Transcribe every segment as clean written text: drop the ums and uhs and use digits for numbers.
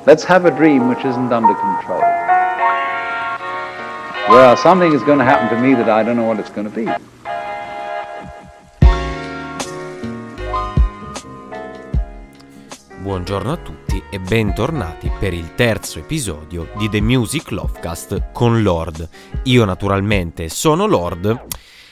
Let's have a dream which isn't under control. Where something is going to happen to me that I don't know what it's going to be. Buongiorno a tutti e bentornati per il terzo episodio di The Music Lovecast con Lord. Io naturalmente sono Lord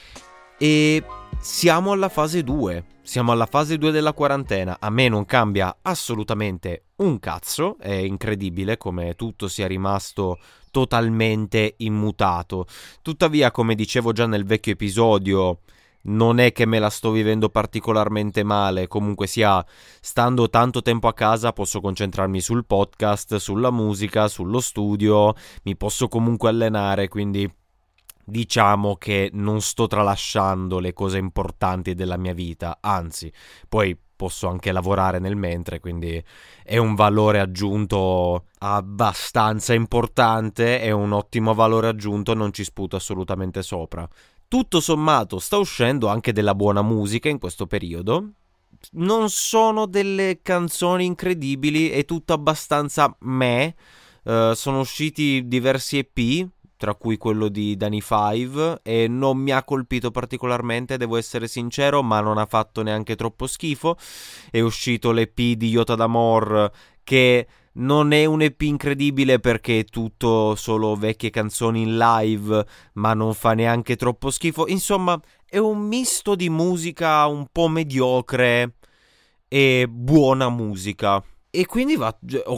e siamo alla fase 2. Siamo alla fase 2 della quarantena. A me non cambia assolutamente un cazzo. È incredibile come tutto sia rimasto totalmente immutato. Tuttavia, come dicevo già nel vecchio episodio, non è che me la sto vivendo particolarmente male. Comunque sia, stando tanto tempo a casa posso concentrarmi sul podcast, sulla musica, sullo studio, mi posso comunque allenare, quindi diciamo che non sto tralasciando le cose importanti della mia vita, anzi, poi posso anche lavorare nel mentre, quindi è un valore aggiunto abbastanza importante, è un ottimo valore aggiunto, non ci sputo assolutamente sopra. Tutto sommato sta uscendo anche della buona musica in questo periodo. Non sono delle canzoni incredibili, è tutto abbastanza meh. Sono usciti diversi EP, tra cui quello di Danny Five, e non mi ha colpito particolarmente, devo essere sincero, ma non ha fatto neanche troppo schifo. È uscito l'EP di Iota d'Amor, che non è un EP incredibile perché è tutto solo vecchie canzoni in live, ma non fa neanche troppo schifo. Insomma, è un misto di musica un po' mediocre e buona musica. E quindi va,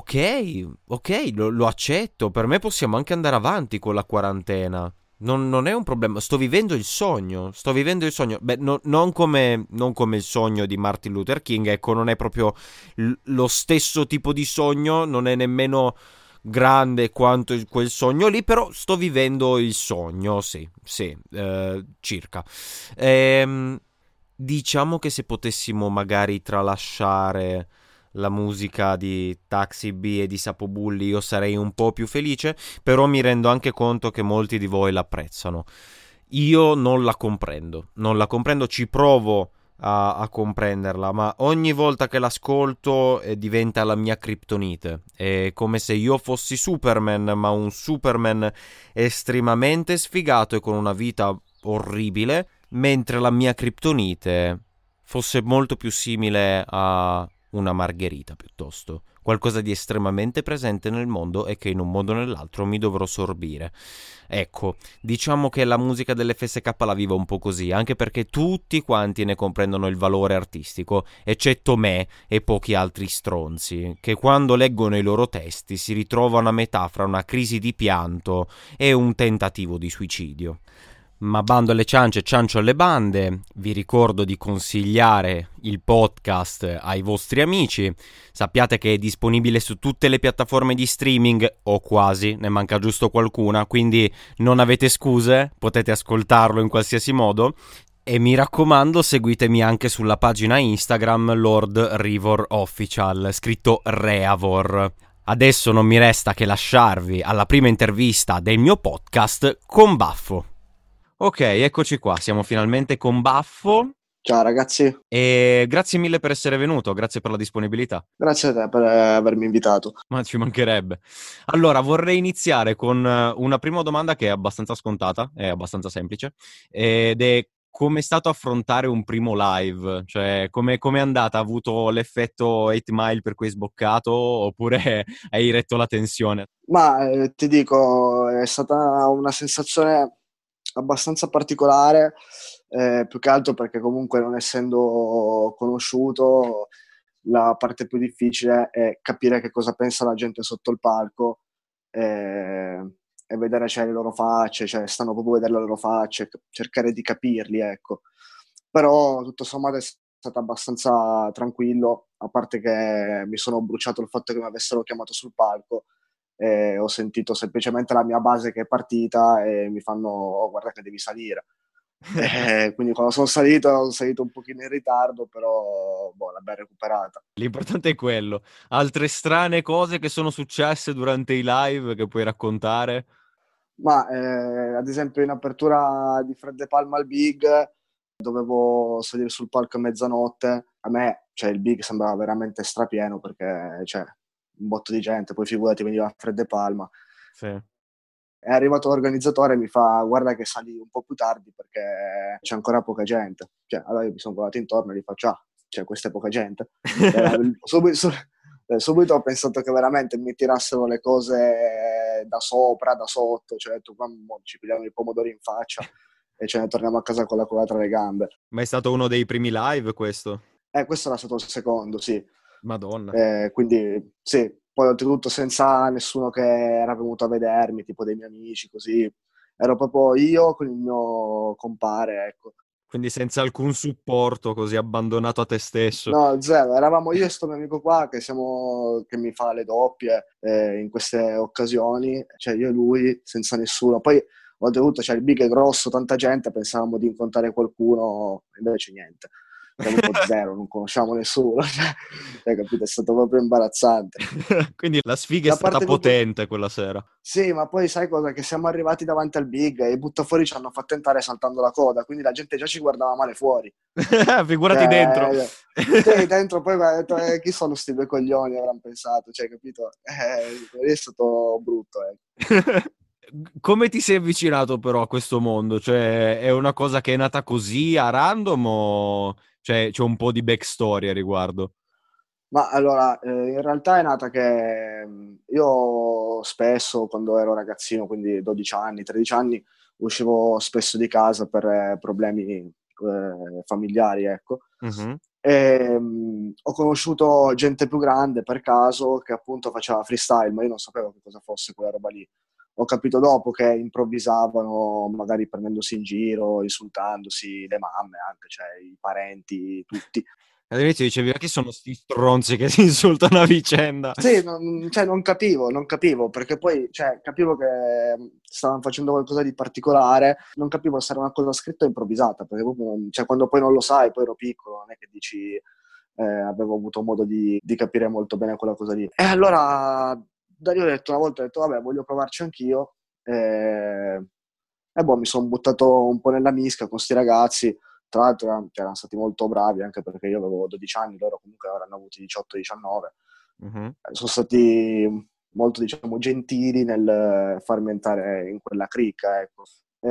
ok, lo accetto. Per me possiamo anche andare avanti con la quarantena. Non è un problema. Sto vivendo il sogno. Beh, non come il sogno di Martin Luther King. Ecco, non è proprio lo stesso tipo di sogno. Non è nemmeno grande quanto quel sogno lì. Però sto vivendo il sogno, sì, circa. Diciamo che se potessimo magari tralasciare la musica di Taxi B e di Sapo Bulli, io sarei un po' più felice, però mi rendo anche conto che molti di voi l'apprezzano. Io non la comprendo, ci provo a comprenderla, ma ogni volta che l'ascolto diventa la mia criptonite. È come se io fossi Superman, ma un Superman estremamente sfigato e con una vita orribile, mentre la mia criptonite fosse molto più simile a una margherita piuttosto, qualcosa di estremamente presente nel mondo e che in un modo o nell'altro mi dovrò sorbire. Ecco, diciamo che la musica dell'FSK la vivo un po' così, anche perché tutti quanti ne comprendono il valore artistico, eccetto me e pochi altri stronzi, che quando leggono i loro testi si ritrovano a metà fra una crisi di pianto e un tentativo di suicidio. Ma bando alle ciance, ciancio alle bande, vi ricordo di consigliare il podcast ai vostri amici. Sappiate che è disponibile su tutte le piattaforme di streaming, o quasi, ne manca giusto qualcuna, quindi non avete scuse, potete ascoltarlo in qualsiasi modo. E mi raccomando, seguitemi anche sulla pagina Instagram Lord Rivor Official, scritto Reavor. Adesso non mi resta che lasciarvi alla prima intervista del mio podcast con Baffo. Ok, eccoci qua, siamo finalmente con Baffo. Ciao ragazzi. E grazie mille per essere venuto, grazie per la disponibilità. Grazie a te per avermi invitato. Ma ci mancherebbe. Allora, vorrei iniziare con una prima domanda che è abbastanza scontata, è abbastanza semplice, ed è: come è stato affrontare un primo live? Cioè, come è andata? Ha avuto l'effetto 8 Mile per cui hai sboccato, oppure hai retto la tensione? Ma ti dico, è stata una sensazione abbastanza particolare, più che altro perché comunque, non essendo conosciuto, la parte più difficile è capire che cosa pensa la gente sotto il palco, e vedere, cioè, le loro facce, cioè stanno proprio a vedere le loro facce, cercare di capirli, ecco. Però tutto sommato è stato abbastanza tranquillo, a parte che mi sono bruciato il fatto che mi avessero chiamato sul palco. Ho sentito semplicemente la mia base che è partita e mi fanno: "Oh, guarda che devi salire". Quindi quando sono salito un pochino in ritardo, però l'abbiamo recuperata. L'importante è quello. Altre strane cose che sono successe durante i live che puoi raccontare? Ma ad esempio in apertura di Fred De Palma al Big, dovevo salire sul palco a mezzanotte. A me, cioè, il Big sembrava veramente strapieno perché, cioè, un botto di gente, poi figurati veniva Fred De Palma. Sì. È arrivato l'organizzatore e mi fa: guarda che sali un po' più tardi perché c'è ancora poca gente. Cioè, allora io mi sono guardato intorno e gli faccio: ah, cioè questa è poca gente. Subito ho pensato che veramente mi tirassero le cose da sopra, da sotto, cioè tu ci pigliamo i pomodori in faccia e ce ne torniamo a casa con la coda tra le gambe. Ma è stato uno dei primi live questo? Questo era stato il secondo, sì. Madonna. Quindi sì, poi oltretutto senza nessuno che era venuto a vedermi, tipo dei miei amici, così. Ero proprio io con il mio compare, ecco. Quindi senza alcun supporto, così abbandonato a te stesso. No, zero, eravamo io e sto mio amico qua che mi fa le doppie in queste occasioni, cioè io e lui senza nessuno. Poi oltretutto c'è il big è grosso, tanta gente, pensavamo di incontrare qualcuno, invece niente. Proprio zero, non conosciamo nessuno, cioè, capito? È stato proprio imbarazzante. Quindi la sfiga è Da stata parte proprio... potente quella sera. Sì, ma poi sai cosa? Che siamo arrivati davanti al big e i buttafuori ci hanno fatto entrare saltando la coda, quindi la gente già ci guardava male fuori. Figurati dentro. Cioè, sì, dentro poi mi ha detto, chi sono sti due coglioni, avranno pensato, cioè, capito? È stato brutto, Come ti sei avvicinato però a questo mondo? Cioè, è una cosa che è nata così a random o c'è un po' di backstory a riguardo? Ma allora, in realtà è nata che io spesso, quando ero ragazzino, quindi 12 anni, 13 anni, uscivo spesso di casa per problemi familiari, ecco. Mhm. E, ho conosciuto gente più grande per caso che appunto faceva freestyle, ma io non sapevo che cosa fosse quella roba lì. Ho capito dopo che improvvisavano, magari prendendosi in giro, insultandosi, le mamme anche, cioè i parenti, tutti. All'inizio dicevi, ma chi sono sti stronzi che si insultano a vicenda? Sì, cioè, non capivo, perché poi cioè, capivo che stavano facendo qualcosa di particolare, non capivo se era una cosa scritta o improvvisata, perché proprio cioè, quando poi non lo sai, poi ero piccolo, non è che dici avevo avuto modo di capire molto bene quella cosa lì. E allora da lì ho detto, una volta ho detto, vabbè, voglio provarci anch'io, e boh, mi sono buttato un po' nella misca con sti ragazzi. Tra l'altro erano stati molto bravi, anche perché io avevo 12 anni, loro comunque avranno avuti 18-19. Mhm. Sono stati molto, diciamo, gentili nel farmi entrare in quella cricca, ecco.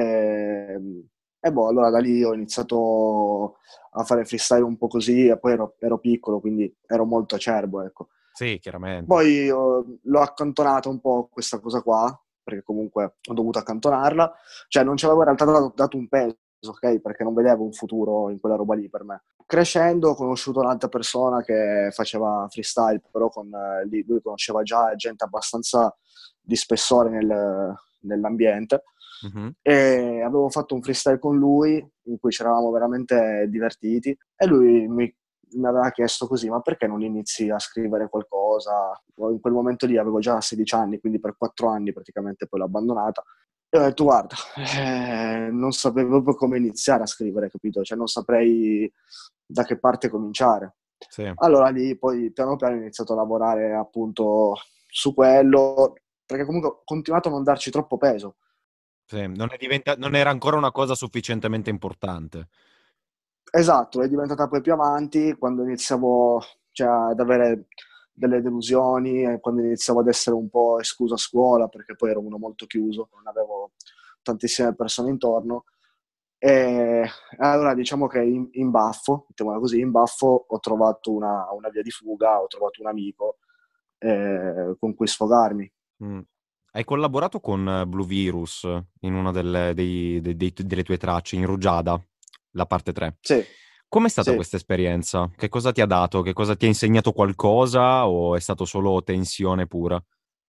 E boh, allora da lì ho iniziato a fare freestyle un po' così, e poi ero piccolo, quindi ero molto acerbo, ecco. Sì, chiaramente. Poi l'ho accantonata un po' questa cosa qua, perché comunque ho dovuto accantonarla. Cioè non ci avevo in realtà dato un peso, ok? Perché non vedevo un futuro in quella roba lì per me. Crescendo ho conosciuto un'altra persona che faceva freestyle, però lui conosceva già gente abbastanza di spessore nell'ambiente. Mhm. E avevo fatto un freestyle con lui in cui ci eravamo veramente divertiti e lui mi aveva chiesto così, ma perché non inizi a scrivere qualcosa? In quel momento lì avevo già 16 anni, quindi per 4 anni praticamente poi l'ho abbandonata. E ho detto, guarda, non sapevo proprio come iniziare a scrivere, capito? Cioè non saprei da che parte cominciare. Sì. Allora lì poi piano piano ho iniziato a lavorare appunto su quello, perché comunque ho continuato a non darci troppo peso. Sì, non era ancora una cosa sufficientemente importante. Esatto, è diventata poi più avanti, quando iniziavo, cioè, ad avere delle delusioni, e quando iniziavo ad essere un po' escluso a scuola, perché poi ero uno molto chiuso, non avevo tantissime persone intorno. E allora diciamo che in baffo, mettiamola così, in baffo ho trovato una via di fuga, ho trovato un amico con cui sfogarmi. Mm. Hai collaborato con Blue Virus in una delle tue tracce, in Rugiada, la parte 3. Sì, Com'è stata sì. questa esperienza? Che cosa ti ha dato? Che cosa ti ha insegnato qualcosa o è stato solo tensione pura?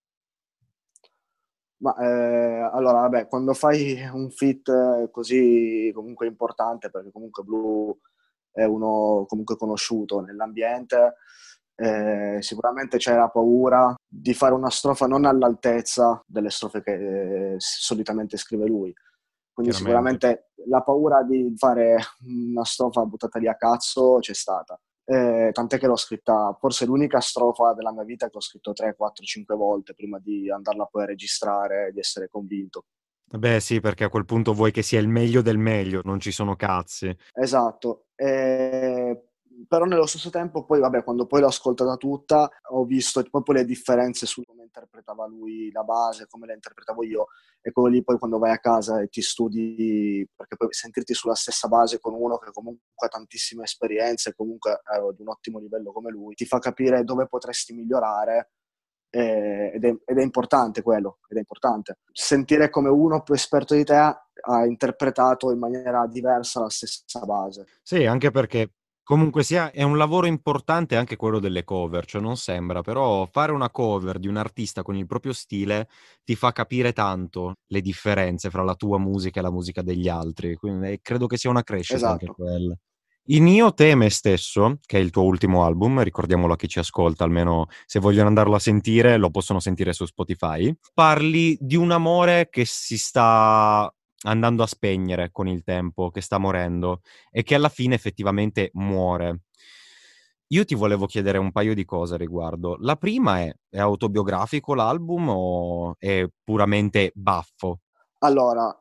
Ma allora, vabbè, quando fai un fit così comunque importante, perché comunque Blue è uno comunque conosciuto nell'ambiente, sicuramente c'è la paura di fare una strofa non all'altezza delle strofe che solitamente scrive lui. Quindi Chiaramente. sicuramente la paura di fare una strofa buttata lì a cazzo c'è stata. Tant'è che l'ho scritta, forse l'unica strofa della mia vita che ho scritto 3, 4, 5 volte prima di andarla poi a registrare e di essere convinto. Beh, sì, perché a quel punto vuoi che sia il meglio del meglio, non ci sono cazzi. Esatto. però nello stesso tempo poi, vabbè, quando poi l'ho ascoltata tutta, ho visto proprio le differenze su come interpretava lui la base, come la interpretavo io, e quello lì poi quando vai a casa e ti studi, perché poi sentirti sulla stessa base con uno che comunque ha tantissime esperienze, e comunque è ad un ottimo livello come lui, ti fa capire dove potresti migliorare, ed è importante quello, ed è importante. Sentire come uno più esperto di te ha interpretato in maniera diversa la stessa base. Sì, anche perché comunque sia è un lavoro importante anche quello delle cover, cioè non sembra, però fare una cover di un artista con il proprio stile ti fa capire tanto le differenze fra la tua musica e la musica degli altri, quindi credo che sia una crescita anche Esatto. quella. In Io te me stesso, che è il tuo ultimo album, ricordiamolo a chi ci ascolta, almeno se vogliono andarlo a sentire, lo possono sentire su Spotify. Parli di un amore che si sta andando a spegnere con il tempo, che sta morendo e che alla fine effettivamente muore. Io ti volevo chiedere un paio di cose a riguardo. La prima è autobiografico l'album o è puramente baffo? Allora,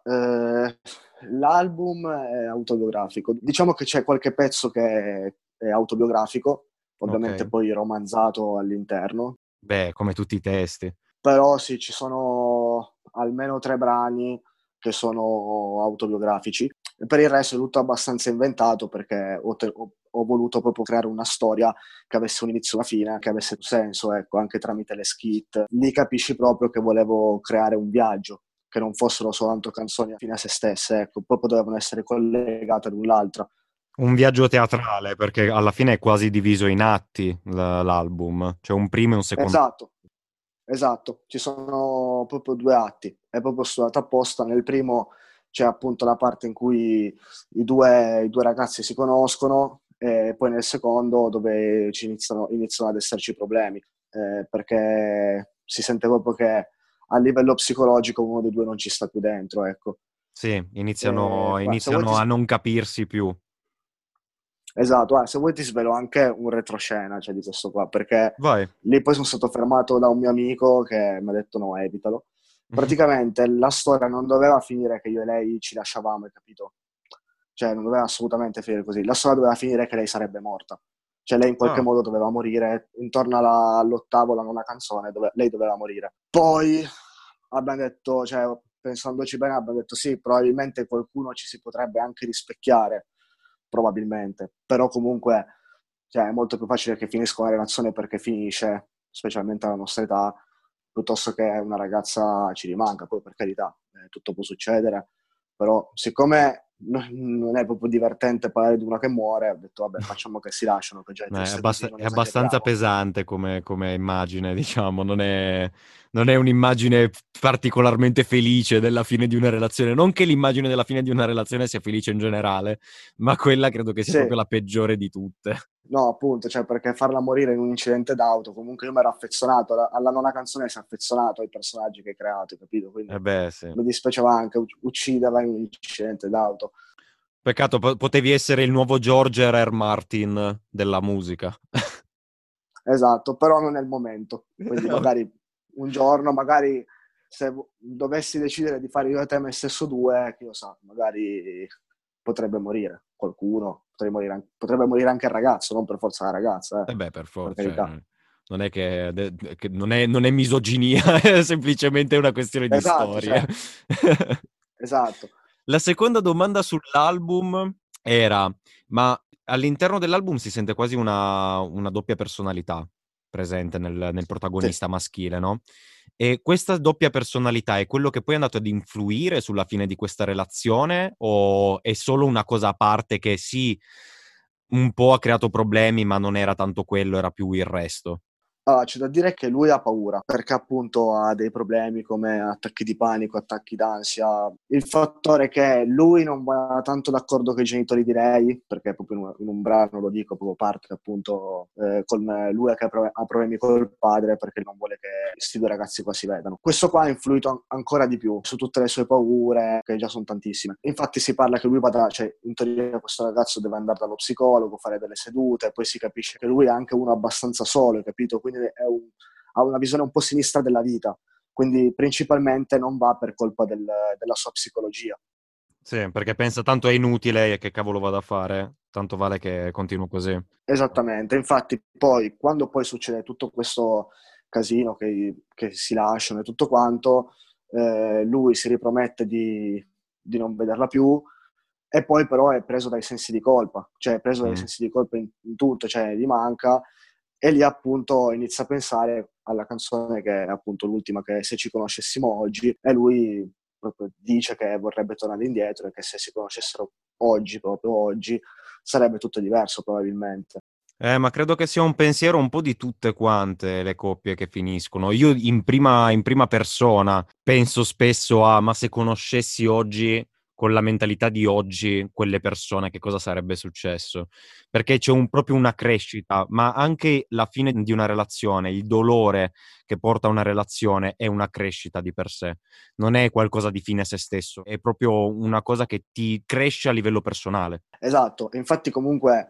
l'album è autobiografico. Diciamo che c'è qualche pezzo che è autobiografico, ovviamente Ok. poi romanzato all'interno, Beh, come tutti i testi. però sì, ci sono almeno 3 brani che sono autobiografici. E per il resto è tutto abbastanza inventato perché ho voluto proprio creare una storia che avesse un inizio e una fine, che avesse un senso, ecco, anche tramite le skit. Lì capisci proprio che volevo creare un viaggio, che non fossero soltanto canzoni fine a se stesse, ecco, proprio dovevano essere collegate l'un l'altra. Un viaggio teatrale, perché alla fine è quasi diviso in atti l'album, cioè un primo e un secondo. Esatto, esatto, ci sono proprio 2 atti, è proprio studiato apposta. Nel primo c'è appunto la parte in cui i due ragazzi si conoscono, e poi nel secondo dove iniziano ad esserci problemi, perché si sente proprio che a livello psicologico uno dei due non ci sta più dentro, ecco. Sì, iniziano, Guarda, se vuoi iniziano a non capirsi più. esatto, se vuoi ti svelo anche un retroscena, cioè, di questo qua, perché Vai. lì poi sono stato fermato da un mio amico che mi ha detto no, evitalo. Praticamente la storia non doveva finire che io e lei ci lasciavamo, hai capito? Cioè non doveva assolutamente finire così. La storia doveva finire che lei sarebbe morta. Cioè lei in qualche Ah, modo doveva morire, intorno all'ottavo, la nona canzone, lei doveva morire. Poi abbiamo detto, cioè, pensandoci bene, abbiamo detto sì, probabilmente qualcuno ci si potrebbe anche rispecchiare, probabilmente, però comunque, cioè, è molto più facile che finisca una relazione perché finisce, specialmente alla nostra età, piuttosto che una ragazza ci rimanga. Poi per carità, tutto può succedere, però siccome non è proprio divertente parlare di una che muore, ho detto vabbè, facciamo che si lasciano, che già è è, triste così, non è abbastanza esageriamo. pesante come immagine, diciamo, non è un'immagine particolarmente felice della fine di una relazione. Non che l'immagine della fine di una relazione sia felice in generale, ma quella credo che sia Sì, proprio la peggiore di tutte. no, appunto, cioè perché farla morire in un incidente d'auto, comunque io mi ero affezionato, alla nona canzone si è affezionato ai personaggi che hai creato, capito? Quindi Eh beh, sì. mi dispiaceva anche ucciderla in un incidente d'auto. Peccato, potevi essere il nuovo George R. R. Martin della musica. Esatto, però non è il momento. Quindi magari un giorno, magari se dovessi decidere di fare io e te me stesso due, chi lo sa, magari potrebbe morire qualcuno, potrebbe morire anche il ragazzo, non per forza la ragazza, Eh beh, per per forza, carità. non è che non è misoginia, è semplicemente una questione di Esatto, storia. cioè, esatto. La seconda domanda sull'album era, ma all'interno dell'album si sente quasi una doppia personalità presente nel Sì. protagonista maschile, no? E questa doppia personalità è quello che poi è andato ad influire sulla fine di questa relazione o è solo una cosa a parte che sì, un po' ha creato problemi, ma non era tanto quello, era più il resto? Allora, c'è da dire che lui ha paura, perché appunto ha dei problemi come attacchi di panico, attacchi d'ansia. Il fattore che lui non va tanto d'accordo con i genitori di lei, perché proprio in un brano lo dico, proprio parte appunto con lui che ha problemi col padre perché non vuole che questi due ragazzi qua si vedano. Questo qua ha influito ancora di più su tutte le sue paure, che già sono tantissime. Infatti si parla che lui vada, cioè in teoria questo ragazzo deve andare dallo psicologo, fare delle sedute, poi si capisce che lui è anche uno abbastanza solo, capito? Quindi ha una visione un po' sinistra della vita, quindi principalmente non va per colpa della sua psicologia. Sì, perché pensa tanto è inutile e che cavolo vado a fare? tanto vale che continuo così. Esattamente, infatti poi quando poi succede tutto questo casino che si lasciano e tutto quanto, lui si ripromette di non vederla più e poi però è preso dai sensi di colpa, cioè è preso dai Mm. sensi di colpa in tutto, cioè gli manca e lì appunto inizia a pensare alla canzone che è appunto l'ultima, che è Se ci conoscessimo oggi, e lui proprio dice che vorrebbe tornare indietro e che se si conoscessero oggi, proprio oggi, sarebbe tutto diverso probabilmente. Ma credo che sia un pensiero un po' di tutte quante le coppie che finiscono. Io in prima persona penso spesso a, ma se conoscessi oggi, con la mentalità di oggi, quelle persone, che cosa sarebbe successo? Perché c'è proprio una crescita, ma anche la fine di una relazione, il dolore che porta a una relazione è una crescita di per sé. Non è qualcosa di fine a se stesso, è proprio una cosa che ti cresce a livello personale. Esatto, infatti comunque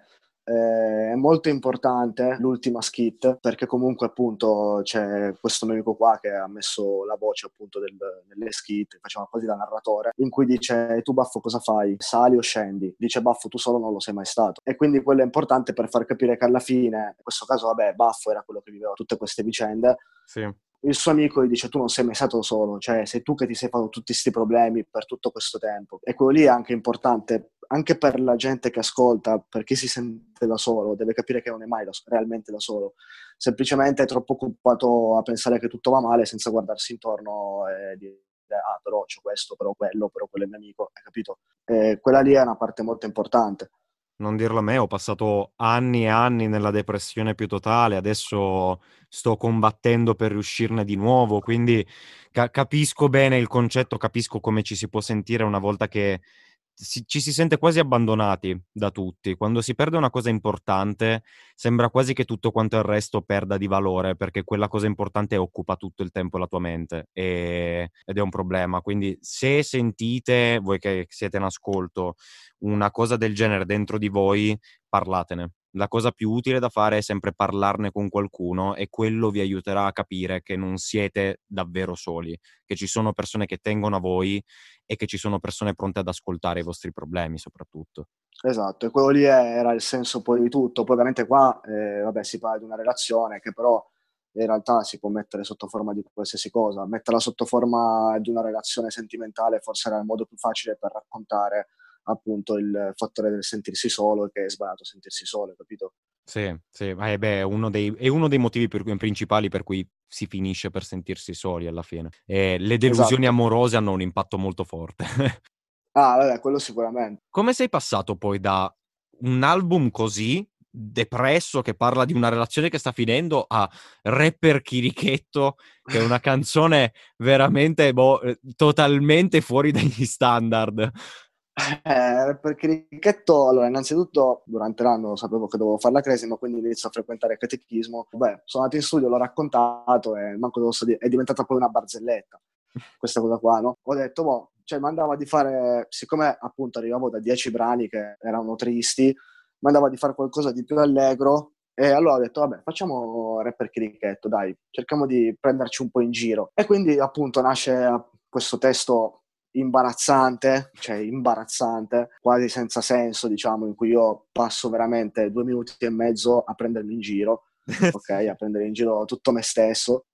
è molto importante l'ultima skit perché comunque appunto c'è questo mio amico qua che ha messo la voce appunto nelle skit, faceva quasi da narratore, in cui dice tu Baffo cosa fai? Sali o scendi? Dice Baffo tu solo non lo sei mai stato. E quindi quello è importante per far capire che alla fine, in questo caso vabbè Baffo era quello che viveva tutte queste vicende, Sì. il suo amico gli dice tu non sei mai stato solo, cioè sei tu che ti sei fatto tutti questi problemi per tutto questo tempo. E quello lì è anche importante, anche per la gente che ascolta, per chi si sente da solo, deve capire che non è mai realmente da solo, semplicemente è troppo occupato a pensare che tutto va male senza guardarsi intorno e dire ah però c'ho questo, però quello è il mio amico, hai capito? E quella lì è una parte molto importante. Non dirlo a me, ho passato anni e anni nella depressione più totale, adesso sto combattendo per riuscirne di nuovo, quindi capisco bene il concetto, capisco come ci si può sentire una volta che ci si sente quasi abbandonati da tutti. Quando si perde una cosa importante, sembra quasi che tutto quanto il resto perda di valore, perché quella cosa importante occupa tutto il tempo e la tua mente, ed è un problema. Quindi se sentite, voi che siete in ascolto, una cosa del genere dentro di voi, parlatene. La cosa più utile da fare è sempre parlarne con qualcuno e quello vi aiuterà a capire che non siete davvero soli, che ci sono persone che tengono a voi e che ci sono persone pronte ad ascoltare i vostri problemi soprattutto. Esatto, e quello lì era il senso poi di tutto. Poi ovviamente qua, vabbè, si parla di una relazione che però in realtà si può mettere sotto forma di qualsiasi cosa. Metterla sotto forma di una relazione sentimentale forse era il modo più facile per raccontare appunto il fattore del sentirsi solo e che è sbagliato sentirsi solo, capito? Sì, sì, beh, è uno dei motivi principali per cui si finisce per sentirsi soli alla fine. E le delusioni Esatto. amorose hanno un impatto molto forte. Ah, vabbè, quello sicuramente. Come sei passato poi da un album così depresso che parla di una relazione che sta finendo a Rapper Chirichetto, che è una canzone veramente totalmente fuori dagli standard? Per cricchetto, allora, innanzitutto durante l'anno sapevo che dovevo fare la cresima, quindi inizio a frequentare il catechismo. Beh, sono andato in studio, l'ho raccontato e manco devo dire, è diventata poi una barzelletta questa cosa qua, no? Ho detto, boh, cioè mandava di fare, siccome appunto arrivavo da 10 brani che erano tristi, mandava di fare qualcosa di più allegro e allora ho detto, vabbè, facciamo Rapper Chirichetto, dai, cerchiamo di prenderci un po' in giro. E quindi appunto nasce questo testo imbarazzante, quasi senza senso, diciamo, in cui io passo veramente 2 minuti e mezzo a prendermi in giro, ok? A prendere in giro tutto me stesso.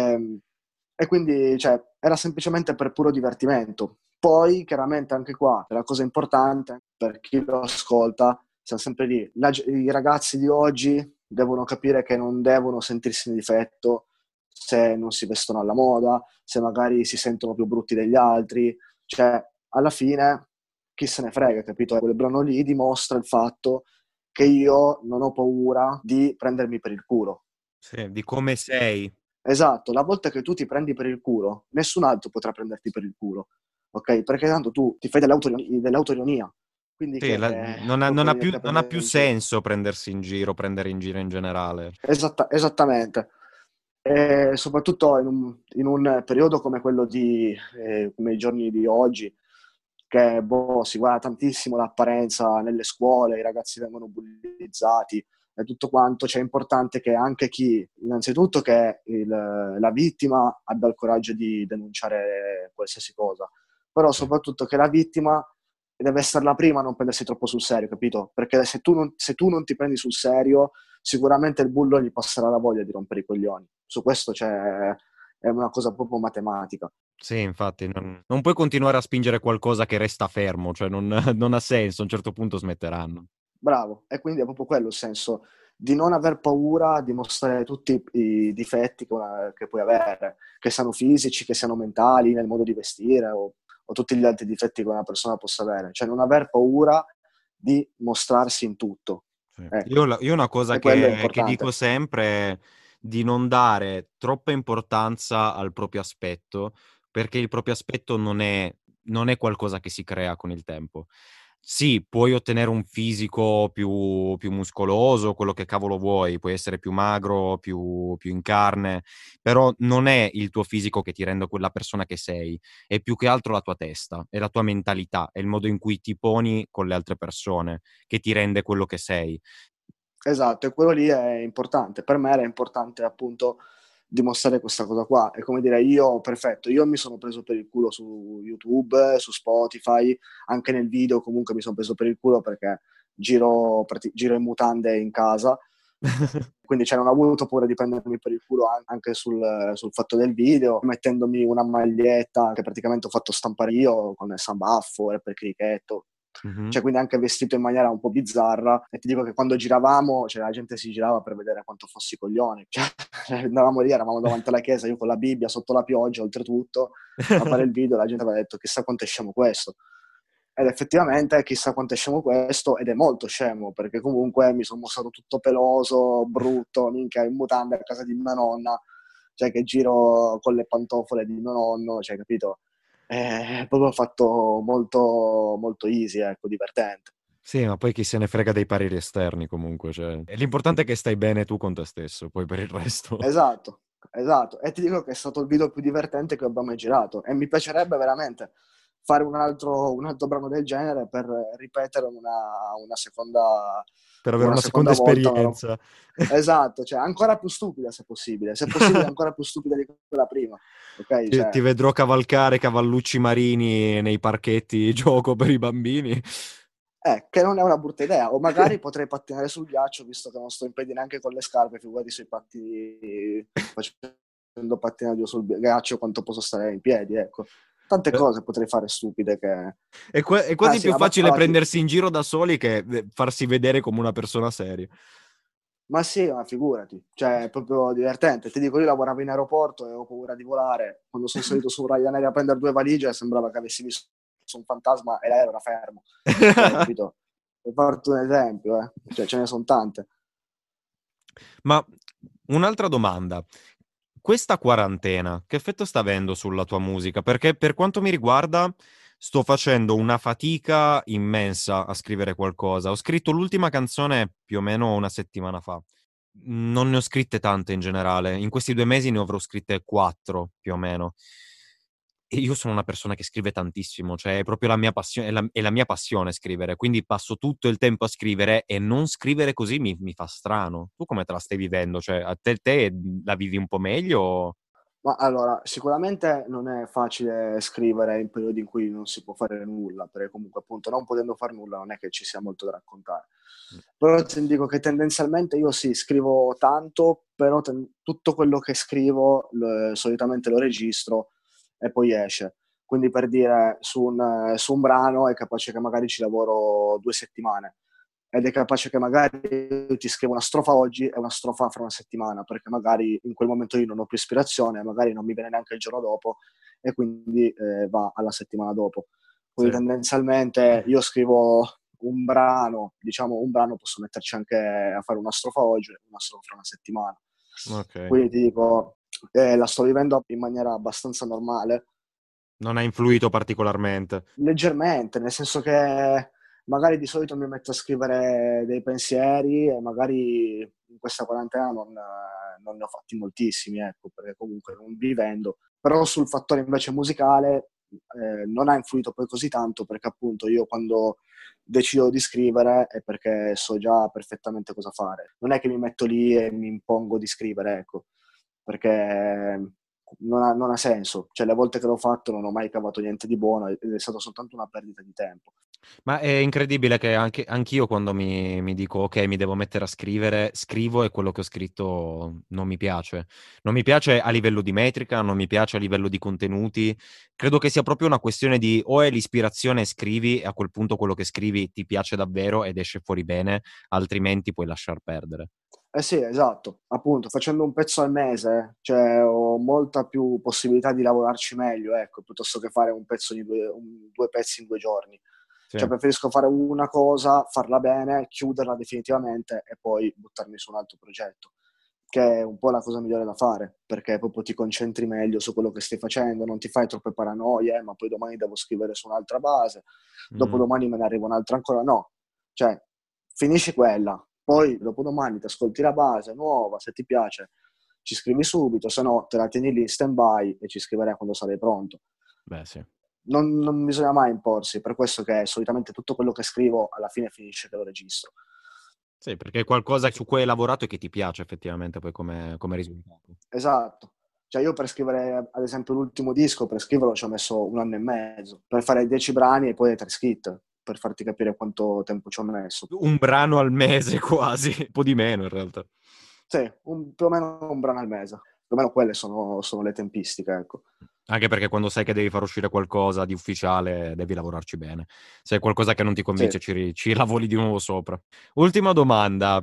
E quindi, cioè, era semplicemente per puro divertimento. Poi, chiaramente, anche qua, la cosa importante per chi lo ascolta, siamo sempre lì. I ragazzi di oggi devono capire che non devono sentirsi in difetto se non si vestono alla moda, se magari si sentono più brutti degli altri. Cioè, alla fine, chi se ne frega, capito? Quel brano lì dimostra il fatto che io non ho paura di prendermi per il culo. Sì, di come sei. Esatto, la volta che tu ti prendi per il culo, nessun altro potrà prenderti per il culo, ok? Perché tanto tu ti fai dell'autoironia, quindi Sì, che non ha, puoi non ha venirti più, a non ha prendere più in giro. senso prendersi in giro, prendere in giro in generale. Esattamente. E soprattutto in un periodo come quello come i giorni di oggi, che boh, si guarda tantissimo l'apparenza nelle scuole, i ragazzi vengono bullizzati e tutto quanto, cioè è importante che anche chi, innanzitutto che la vittima abbia il coraggio di denunciare qualsiasi cosa, però soprattutto che la vittima deve essere la prima a non prendersi troppo sul serio, capito? Perché se tu non ti prendi sul serio, sicuramente il bullo gli passerà la voglia di rompere i coglioni. Su questo è una cosa proprio matematica. Sì, infatti, non puoi continuare a spingere qualcosa che resta fermo, cioè non, non ha senso, a un certo punto smetteranno. Bravo, e quindi è proprio quello il senso di non aver paura di mostrare tutti i difetti che puoi avere, che siano fisici, che siano mentali, nel modo di vestire o tutti gli altri difetti che una persona possa avere. Cioè non aver paura di mostrarsi in tutto. Sì. Ecco, Io una cosa e quello è che dico importante. sempre è di non dare troppa importanza al proprio aspetto, perché il proprio aspetto non è qualcosa che si crea con il tempo. Sì, puoi ottenere un fisico più muscoloso, quello che cavolo vuoi, puoi essere più magro, più in carne, però non è il tuo fisico che ti rende quella persona che sei, è più che altro la tua testa, è la tua mentalità, è il modo in cui ti poni con le altre persone che ti rende quello che sei. Esatto, e quello lì è importante. Per me era importante appunto dimostrare questa cosa qua. È come dire, perfetto, io mi sono preso per il culo su YouTube, su Spotify, anche nel video comunque mi sono preso per il culo perché giro in mutande in casa, quindi non ho avuto paura di prendermi per il culo anche sul fatto del video, mettendomi una maglietta che praticamente ho fatto stampare io con il San Baffo, Rapper Crichetto, Mhm. quindi anche vestito in maniera un po' bizzarra, e ti dico che quando giravamo, la gente si girava per vedere quanto fossi coglione, andavamo lì, eravamo davanti alla chiesa, io con la Bibbia sotto la pioggia, oltretutto, a fare il video, la gente aveva detto chissà quanto è scemo questo. Ed effettivamente chissà quanto è scemo questo, ed è molto scemo, perché comunque mi sono mostrato tutto peloso, brutto, minchia, in mutande a casa di mia nonna, che giro con le pantofole di mio nonno, capito? È proprio fatto molto, molto easy, ecco, divertente. Sì, ma poi chi se ne frega dei pareri esterni comunque, cioè. E l'importante è che stai bene tu con te stesso, poi per il resto. Esatto, esatto. E ti dico che è stato il video più divertente che abbia mai girato. E mi piacerebbe veramente fare un altro brano del genere per ripetere Per avere una una seconda seconda volta. esperienza. Esatto, ancora più stupida se possibile. Se possibile ancora più stupida di quella prima. Ok? Ti vedrò cavalcare cavallucci marini nei parchetti gioco per i bambini. Che non è una brutta idea. O magari potrei pattinare sul ghiaccio, visto che non sto in piedi neanche con le scarpe, figurati sui pattini, facendo pattinaggio sul ghiaccio, quanto posso stare in piedi, ecco. Tante cose potrei fare stupide che... È Ah quasi sì, più facile allora, prendersi in giro da soli che farsi vedere come una persona seria. ma sì, ma figurati, è proprio divertente. Ti dico, io lavoravo in aeroporto e avevo paura di volare. Quando sono salito su Ryanair a prendere 2 valigie, sembrava che avessi visto un fantasma e l'aereo era fermo. Capito? Per farti un esempio, ce ne sono tante. Ma un'altra domanda. Questa quarantena, che effetto sta avendo sulla tua musica? Perché per quanto mi riguarda, sto facendo una fatica immensa a scrivere qualcosa. Ho scritto l'ultima canzone più o meno una settimana fa. Non ne ho scritte tante in generale. In questi 2 mesi ne avrò scritte 4 più o meno. E io sono una persona che scrive tantissimo, cioè è proprio la mia passione, è la mia passione scrivere, quindi passo tutto il tempo a scrivere e non scrivere così mi fa strano. Tu come te la stai vivendo? Cioè, a te la vivi un po' meglio? Ma allora, sicuramente non è facile scrivere in periodi in cui non si può fare nulla, perché comunque appunto non potendo fare nulla non è che ci sia molto da raccontare. Però ti dico che tendenzialmente io sì, scrivo tanto, però tutto quello che scrivo solitamente lo registro e poi esce. Quindi per dire, su un brano è capace che magari ci lavoro 2 settimane, ed è capace che magari ti scrivo una strofa oggi e una strofa fra una settimana, perché magari in quel momento io non ho più ispirazione, magari non mi viene neanche il giorno dopo, e quindi va alla settimana dopo. Quindi Sì. tendenzialmente io scrivo un brano posso metterci anche a fare una strofa oggi e una strofa fra una settimana. Ok. Quindi ti dico, la sto vivendo in maniera abbastanza normale, Non ha influito particolarmente. leggermente, nel senso che magari di solito mi metto a scrivere dei pensieri e magari in questa quarantena non ne ho fatti moltissimi, ecco, perché comunque non vivendo. Però sul fattore invece musicale non ha influito poi così tanto, perché appunto io quando decido di scrivere è perché so già perfettamente cosa fare. Non è che mi metto lì e mi impongo di scrivere, ecco, perché non ha senso. Cioè, le volte che l'ho fatto non ho mai cavato niente di buono ed è stata soltanto una perdita di tempo. Ma è incredibile che anch'io quando mi dico ok, mi devo mettere a scrivere, scrivo e quello che ho scritto non mi piace. Non mi piace a livello di metrica, non mi piace a livello di contenuti. Credo che sia proprio una questione di o è l'ispirazione e scrivi e a quel punto quello che scrivi ti piace davvero ed esce fuori bene, altrimenti puoi lasciar perdere. Eh sì, esatto, appunto, facendo un pezzo al mese, cioè ho molta più possibilità di lavorarci meglio, ecco, piuttosto che fare un pezzo di due pezzi in 2 giorni. Sì. Cioè preferisco fare una cosa, farla bene, chiuderla definitivamente e poi buttarmi su un altro progetto, che è un po' la cosa migliore da fare, perché proprio ti concentri meglio su quello che stai facendo, non ti fai troppe paranoie, ma poi domani devo scrivere su un'altra base, Mm. dopodomani me ne arriva un'altra ancora, no. Cioè, finisci quella, poi dopodomani ti ascolti la base nuova, se ti piace ci scrivi subito, se no te la tieni lì in stand-by e ci scriverai quando sarai pronto. Beh, sì. Non bisogna mai imporsi, per questo che solitamente tutto quello che scrivo alla fine finisce che lo registro. Sì, perché è qualcosa su cui hai lavorato e che ti piace effettivamente poi come risultato. Esatto. Cioè io per scrivere, ad esempio, l'ultimo disco, per scriverlo ci ho messo 1 anno e mezzo, per fare 10 brani e poi le 3 skit, per farti capire quanto tempo ci ho messo. Un brano al mese quasi, un po' di meno in realtà. Sì, più o meno un brano al mese. Più o meno quelle sono le tempistiche, ecco. Anche perché quando sai che devi far uscire qualcosa di ufficiale, devi lavorarci bene. Se è qualcosa che non ti Sì. convince, ci lavori di nuovo sopra. Ultima domanda.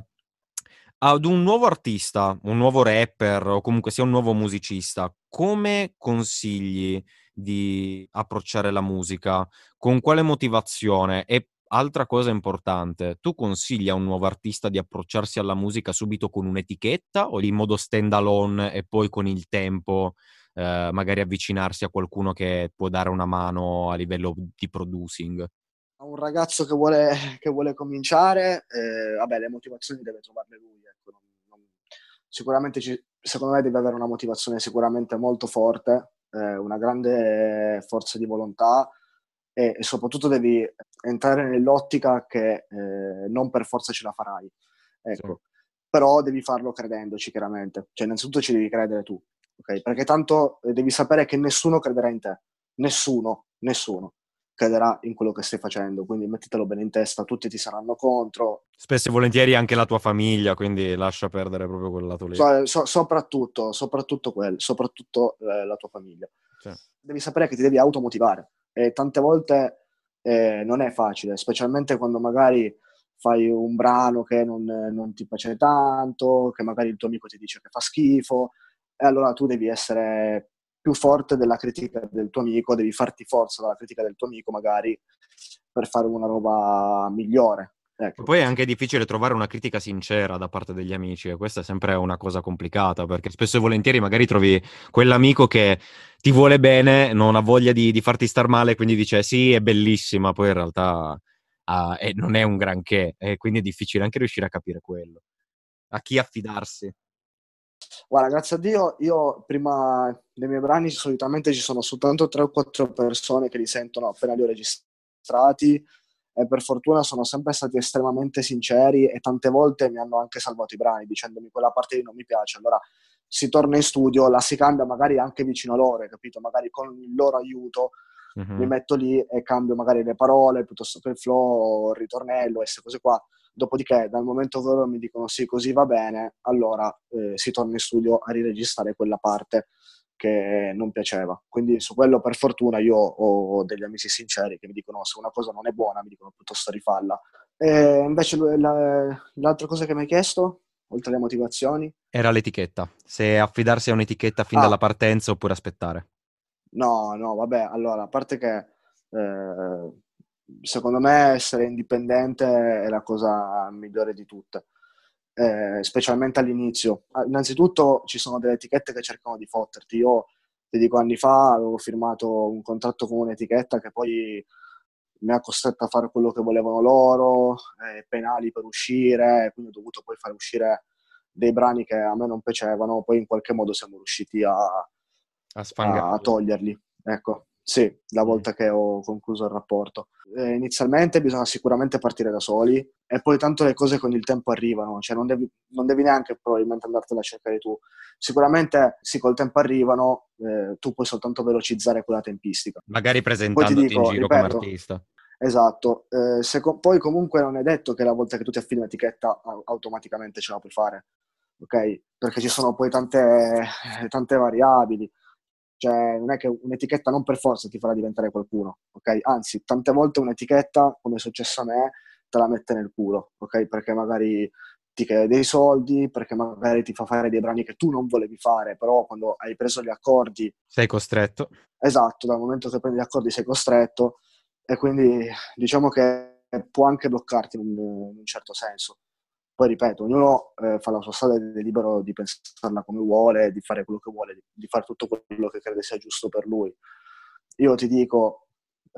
Ad un nuovo artista, un nuovo rapper o comunque sia un nuovo musicista, come consigli di approcciare la musica? Con quale motivazione? E altra cosa importante, tu consigli a un nuovo artista di approcciarsi alla musica subito con un'etichetta o in modo stand alone e poi con il tempo magari avvicinarsi a qualcuno che può dare una mano a livello di producing? A un ragazzo che vuole cominciare, vabbè, le motivazioni deve trovarle lui. Ecco. Sicuramente secondo me deve avere una motivazione sicuramente molto forte, una grande forza di volontà e soprattutto devi entrare nell'ottica che non per forza ce la farai. Sì. Ecco. Però devi farlo credendoci, chiaramente. Cioè, innanzitutto ci devi credere tu, ok? Perché tanto devi sapere che nessuno crederà in te. Nessuno crederà in quello che stai facendo, quindi mettitelo bene in testa, tutti ti saranno contro, Spesso e volentieri anche la tua famiglia, quindi lascia perdere proprio quel lato lì. soprattutto soprattutto la tua famiglia. Sì. Devi sapere che ti devi automotivare e tante volte non è facile, specialmente quando magari fai un brano che non ti piace tanto, che magari il tuo amico ti dice che fa schifo, e allora tu devi essere più forte della critica del tuo amico, devi farti forza dalla critica del tuo amico magari per fare una roba migliore. E Ecco. poi è anche difficile trovare una critica sincera da parte degli amici, e questa è sempre una cosa complicata, perché spesso e volentieri magari trovi quell'amico che ti vuole bene, non ha voglia di farti star male, quindi dice sì, è bellissima, poi in realtà non è un granché, e quindi è difficile anche riuscire a capire quello. A chi affidarsi. Guarda, grazie a Dio, io prima dei miei brani solitamente ci sono soltanto 3 o 4 persone che li sentono appena li ho registrati e per fortuna sono sempre stati estremamente sinceri e tante volte mi hanno anche salvato i brani dicendomi quella parte lì non mi piace, allora si torna in studio, la si cambia magari anche vicino a loro, capito? Magari con il loro aiuto mi Mhm. metto lì e cambio magari le parole piuttosto che il flow, il ritornello, queste cose qua. Dopodiché, dal momento che loro mi dicono sì, così va bene, allora si torna in studio a riregistrare quella parte che non piaceva. Quindi su quello, per fortuna, io ho degli amici sinceri che mi dicono se una cosa non è buona, mi dicono piuttosto rifalla. E invece l'altra cosa che mi hai chiesto, oltre alle motivazioni? Era l'etichetta, se affidarsi a un'etichetta fin dalla Ah, partenza oppure aspettare. no, vabbè, allora, a parte che secondo me essere indipendente è la cosa migliore di tutte, specialmente all'inizio. Innanzitutto ci sono delle etichette che cercano di fotterti. Io, ti dico, anni fa avevo firmato un contratto con un'etichetta che poi mi ha costretto a fare quello che volevano loro, penali per uscire, quindi ho dovuto poi fare uscire dei brani che a me non piacevano, poi in qualche modo siamo riusciti a A a sfangarli. toglierli, ecco. Sì, la volta che ho concluso il rapporto. Inizialmente bisogna sicuramente partire da soli e poi tanto le cose con il tempo arrivano, cioè non devi neanche probabilmente andartela a cercare tu. Sicuramente sì, col tempo arrivano, tu puoi soltanto velocizzare quella tempistica. Magari Poi ti presentandoti in dico, giro come ripeto, artista. esatto, poi comunque non è detto che la volta che tu ti affidi un'etichetta automaticamente ce la puoi fare, ok? Perché ci sono poi tante variabili, cioè non è che un'etichetta non per forza ti farà diventare qualcuno, ok? Anzi, tante volte un'etichetta, come è successo a me, te la mette nel culo, ok? Perché magari ti chiede dei soldi, perché magari ti fa fare dei brani che tu non volevi fare, però quando hai preso gli accordi, Sei costretto. esatto, dal momento che prendi gli accordi sei costretto e quindi diciamo che può anche bloccarti in un certo senso. Poi ripeto, ognuno fa la sua strada ed è libero di pensarla come vuole, di fare quello che vuole, di fare tutto quello che crede sia giusto per lui. Io ti dico,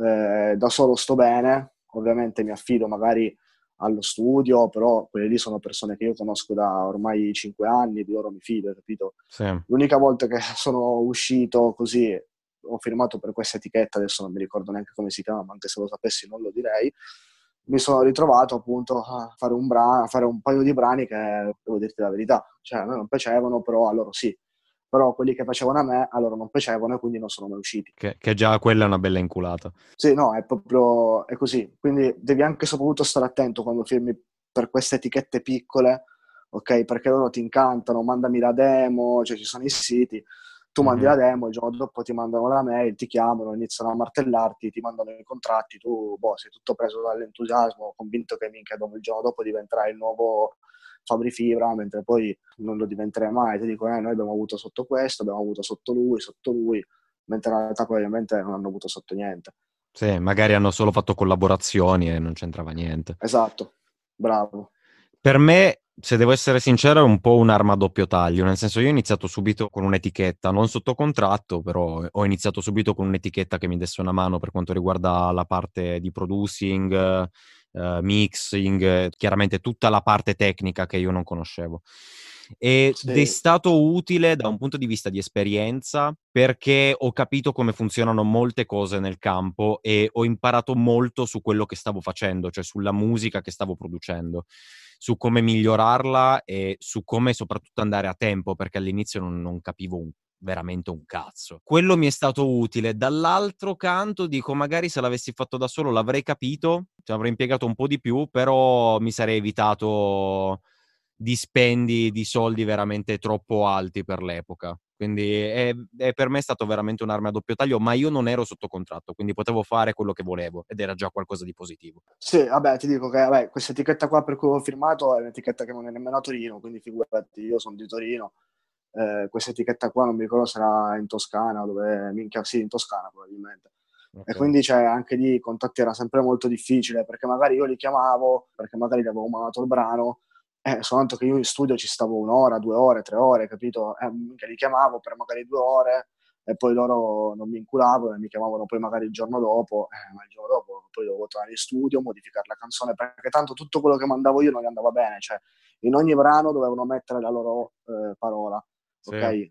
da solo sto bene, ovviamente mi affido magari allo studio, però quelle lì sono persone che io conosco da ormai 5 anni, di loro mi fido, capito? Sì. L'unica volta che sono uscito così, ho firmato per questa etichetta, adesso non mi ricordo neanche come si chiama, ma anche se lo sapessi non lo direi, mi sono ritrovato appunto a fare un paio di brani che, devo dirti la verità, cioè a me non piacevano, però a loro sì. Però quelli che facevano a me, a loro non piacevano e quindi non sono mai usciti. Che già quella è una bella inculata. Sì, no, è proprio è così. Quindi devi anche soprattutto stare attento quando firmi per queste etichette piccole, ok? Perché loro ti incantano, mandami la demo, cioè ci sono i siti, tu mandi Mhm. la demo, il giorno dopo ti mandano la mail, ti chiamano, iniziano a martellarti, ti mandano i contratti, tu boh, sei tutto preso dall'entusiasmo, convinto che minchia dopo il giorno dopo diventerai il nuovo Fabri Fibra, mentre poi non lo diventerai mai. Ti dico, noi abbiamo avuto sotto questo, abbiamo avuto sotto lui, mentre in realtà poi ovviamente non hanno avuto sotto niente. Sì, magari hanno solo fatto collaborazioni e non c'entrava niente. Esatto, bravo. Per me, se devo essere sincero, è un po' un'arma a doppio taglio, nel senso io ho iniziato subito con un'etichetta, non sotto contratto, però ho iniziato subito con un'etichetta che mi desse una mano per quanto riguarda la parte di producing, mixing, chiaramente tutta la parte tecnica che io non conoscevo. Ed è Sì, stato utile da un punto di vista di esperienza perché ho capito come funzionano molte cose nel campo e ho imparato molto su quello che stavo facendo, cioè sulla musica che stavo producendo, su come migliorarla e su come soprattutto andare a tempo, perché all'inizio non capivo veramente un cazzo. Quello mi è stato utile. Dall'altro canto dico, magari se l'avessi fatto da solo l'avrei capito, ci avrei impiegato un po' di più, però mi sarei evitato dispendi di soldi veramente troppo alti per l'epoca. Quindi per me è stato veramente un'arma a doppio taglio, ma io non ero sotto contratto, quindi potevo fare quello che volevo ed era già qualcosa di positivo. sì, vabbè, ti dico che vabbè, questa etichetta qua per cui ho firmato è un'etichetta che non è nemmeno a Torino, quindi figurati, io sono di Torino. Questa etichetta qua non mi ricordo se era in Toscana, dove, minchia, sì, in Toscana probabilmente. E Ok. quindi cioè, anche lì i contatti era sempre molto difficile, perché magari io li chiamavo, perché magari gli avevo mandato il brano, soltanto che io in studio ci stavo 1 ora, 2 ore, 3 ore, capito? Minchia, li chiamavo per magari 2 ore e poi loro non mi inculavano e mi chiamavano poi magari il giorno dopo, ma il giorno dopo poi dovevo tornare in studio, modificare la canzone, perché tanto tutto quello che mandavo io non gli andava bene, cioè in ogni brano dovevano mettere la loro parola, ok? Sì.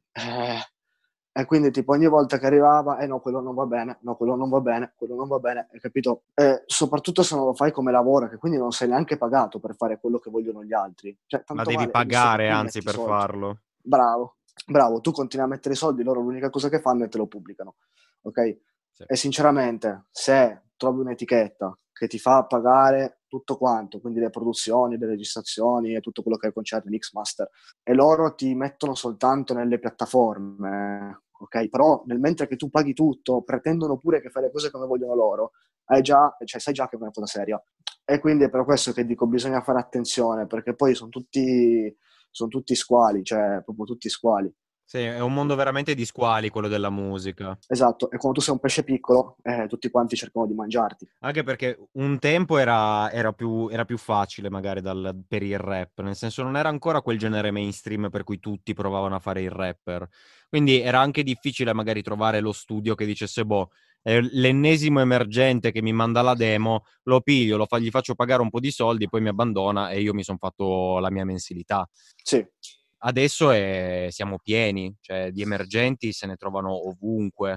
E quindi tipo ogni volta che arrivava, no, quello non va bene, no, quello non va bene, quello non va bene, hai capito? Soprattutto se non lo fai come lavoro, che quindi non sei neanche pagato per fare quello che vogliono gli altri. Cioè, Ma tanto devi male, visto che pagare, tu anzi, metti i per soldi. farlo. Bravo, bravo, tu continui a mettere i soldi, loro l'unica cosa che fanno è te lo pubblicano, ok? Sì. E sinceramente, se trovi un'etichetta che ti fa pagare tutto quanto, quindi le produzioni, le registrazioni e tutto quello che è il concerto, mix master, e loro ti mettono soltanto nelle piattaforme, ok? Però nel mentre che tu paghi tutto, pretendono pure che fai le cose come vogliono loro, sai già che è una cosa seria. E quindi è per questo che dico bisogna fare attenzione, perché poi sono tutti squali, cioè proprio tutti squali. Sì, è un mondo veramente di squali quello della musica. Esatto, e quando tu sei un pesce piccolo, tutti quanti cercano di mangiarti. Anche perché un tempo era più facile magari per il rap, nel senso non era ancora quel genere mainstream per cui tutti provavano a fare il rapper. Quindi era anche difficile magari trovare lo studio che dicesse, boh, è l'ennesimo emergente che mi manda la demo, lo piglio, gli faccio pagare un po' di soldi, poi mi abbandona e io mi sono fatto la mia mensilità. Sì, Adesso siamo pieni, cioè di emergenti se ne trovano ovunque.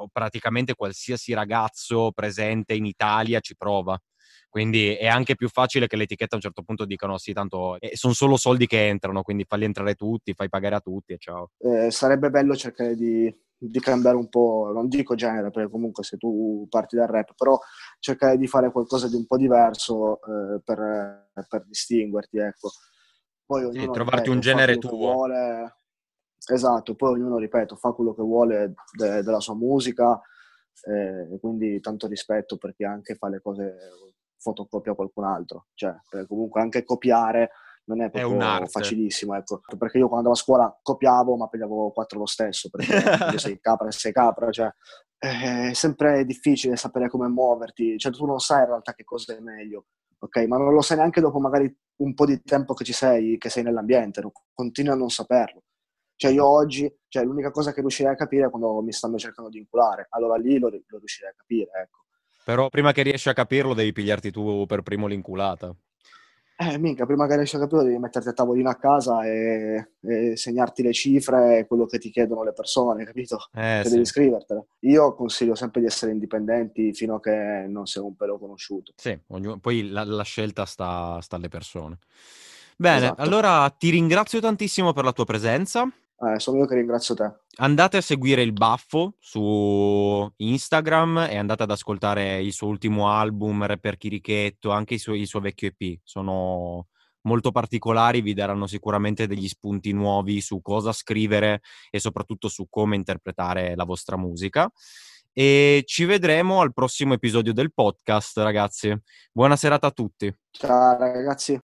praticamente qualsiasi ragazzo presente in Italia ci prova. Quindi è anche più facile che l'etichetta a un certo punto dicano sì, tanto sono solo soldi che entrano, quindi falli entrare tutti, fai pagare a tutti e ciao. Sarebbe bello cercare di cambiare un po', non dico genere, perché comunque se tu parti dal rap, però cercare di fare qualcosa di un po' diverso per distinguerti, ecco. Poi Sì, ognuno, trovarti un ripeto, fa genere quello che tuo. vuole, esatto, poi ognuno, ripeto, fa quello che vuole della sua musica, quindi tanto rispetto per chi anche fa le cose, fotocopia qualcun altro, cioè, perché comunque anche copiare non è È proprio un'arte. facilissimo, ecco, perché io quando andavo a scuola copiavo ma pigliavo 4 lo stesso, perché quando sei capra, cioè, è sempre difficile sapere come muoverti, cioè tu non sai in realtà che cosa è meglio, ok? Ma non lo sai neanche dopo magari un po' di tempo che sei nell'ambiente, continui a non saperlo. Cioè io oggi, cioè, l'unica cosa che riuscirei a capire è quando mi stanno cercando di inculare, allora lì lo riuscirei a capire, ecco. Però prima che riesci a capirlo devi pigliarti tu per primo l'inculata. Minchia, prima che riesci a capire devi metterti a tavolino a casa e segnarti le cifre e quello che ti chiedono le persone, capito? Cioè devi Sì. scrivertele. Io consiglio sempre di essere indipendenti fino a che non sia un pelo conosciuto. Sì, poi la scelta sta alle persone. Bene, Esatto. allora ti ringrazio tantissimo per la tua presenza. Sono io che ringrazio te. Andate a seguire il Baffo su Instagram e andate ad ascoltare il suo ultimo album, Rapper Chirichetto, anche il suo vecchio EP. Sono molto particolari, vi daranno sicuramente degli spunti nuovi su cosa scrivere e soprattutto su come interpretare la vostra musica. E ci vedremo al prossimo episodio del podcast, ragazzi. Buona serata a tutti. Ciao ragazzi.